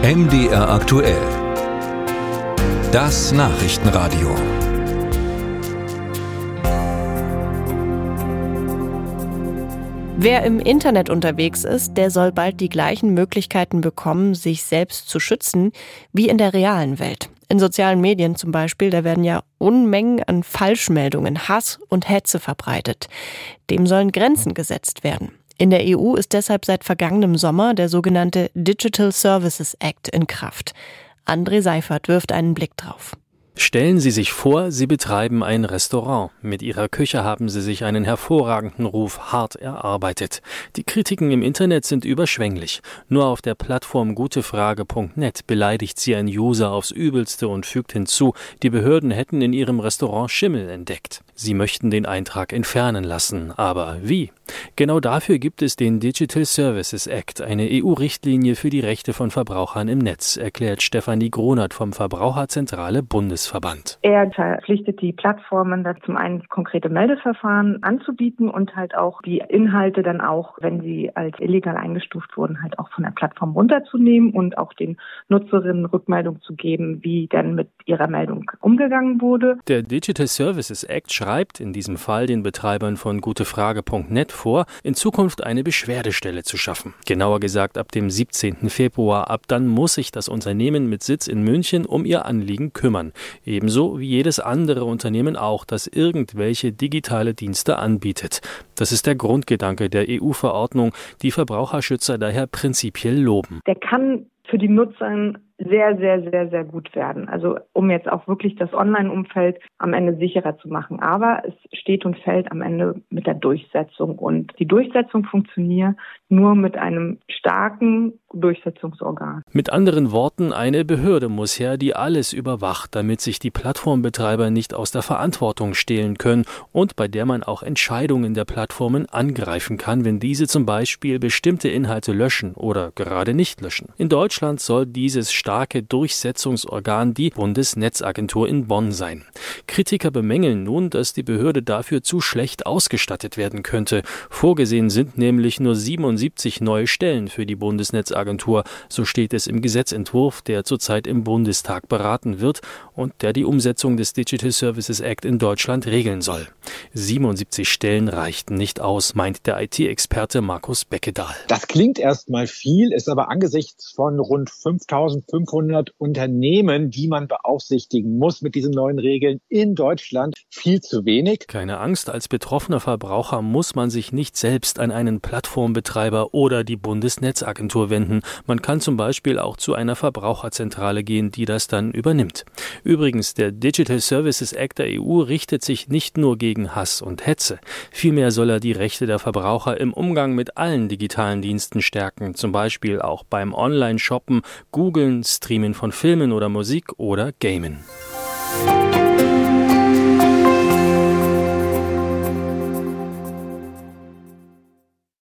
MDR aktuell. Das Nachrichtenradio. Wer im Internet unterwegs ist, der soll bald die gleichen Möglichkeiten bekommen, sich selbst zu schützen, wie in der realen Welt. In sozialen Medien zum Beispiel, da werden ja Unmengen an Falschmeldungen, Hass und Hetze verbreitet. Dem sollen Grenzen gesetzt werden. In der EU ist deshalb seit vergangenem Sommer der sogenannte Digital Services Act in Kraft. André Seifert wirft einen Blick drauf. Stellen Sie sich vor, Sie betreiben ein Restaurant. Mit Ihrer Küche haben Sie sich einen hervorragenden Ruf hart erarbeitet. Die Kritiken im Internet sind überschwänglich. Nur auf der Plattform gutefrage.net beleidigt Sie ein User aufs Übelste und fügt hinzu, die Behörden hätten in Ihrem Restaurant Schimmel entdeckt. Sie möchten den Eintrag entfernen lassen. Aber wie? Genau dafür gibt es den Digital Services Act, eine EU-Richtlinie für die Rechte von Verbrauchern im Netz, erklärt Stefanie Gronert vom Verbraucherzentrale Bundesverband. Er verpflichtet die Plattformen, da zum einen konkrete Meldeverfahren anzubieten und halt auch die Inhalte dann auch, wenn sie als illegal eingestuft wurden, halt auch von der Plattform runterzunehmen und auch den Nutzerinnen Rückmeldung zu geben, wie dann mit ihrer Meldung umgegangen wurde. Der Digital Services Act schreibt in diesem Fall den Betreibern von gutefrage.net vor, in Zukunft eine Beschwerdestelle zu schaffen. Genauer gesagt ab dem 17. Februar. Ab dann muss sich das Unternehmen mit Sitz in München um ihr Anliegen kümmern. Ebenso wie jedes andere Unternehmen auch, das irgendwelche digitale Dienste anbietet. Das ist der Grundgedanke der EU-Verordnung, die Verbraucherschützer daher prinzipiell loben. Der kann für die Nutzer sehr, sehr, sehr, sehr gut werden. Also um jetzt auch wirklich das Online-Umfeld am Ende sicherer zu machen. Aber es steht und fällt am Ende mit der Durchsetzung. Und die Durchsetzung funktioniert nur mit einem starken Durchsetzungsorgan. Mit anderen Worten, eine Behörde muss her, die alles überwacht, damit sich die Plattformbetreiber nicht aus der Verantwortung stehlen können und bei der man auch Entscheidungen der Plattformen angreifen kann, wenn diese zum Beispiel bestimmte Inhalte löschen oder gerade nicht löschen. In Deutschland soll dieses starke Durchsetzungsorgan die Bundesnetzagentur in Bonn sein. Kritiker bemängeln nun, dass die Behörde dafür zu schlecht ausgestattet werden könnte. Vorgesehen sind nämlich nur 77 neue Stellen für die Bundesnetzagentur. So steht es im Gesetzentwurf, der zurzeit im Bundestag beraten wird und der die Umsetzung des Digital Services Act in Deutschland regeln soll. 77 Stellen reichten nicht aus, meint der IT-Experte Markus Beckedahl. Das klingt erstmal viel, ist aber angesichts von rund 5.500 Unternehmen, die man beaufsichtigen muss mit diesen neuen Regeln in Deutschland, viel zu wenig. Keine Angst, als betroffener Verbraucher muss man sich nicht selbst an einen Plattformbetreiber oder die Bundesnetzagentur wenden. Man kann zum Beispiel auch zu einer Verbraucherzentrale gehen, die das dann übernimmt. Übrigens, der Digital Services Act der EU richtet sich nicht nur gegen Hass und Hetze. Vielmehr soll er die Rechte der Verbraucher im Umgang mit allen digitalen Diensten stärken, zum Beispiel auch beim Online-Shoppen, Googlen, Streamen von Filmen oder Musik oder Gamen.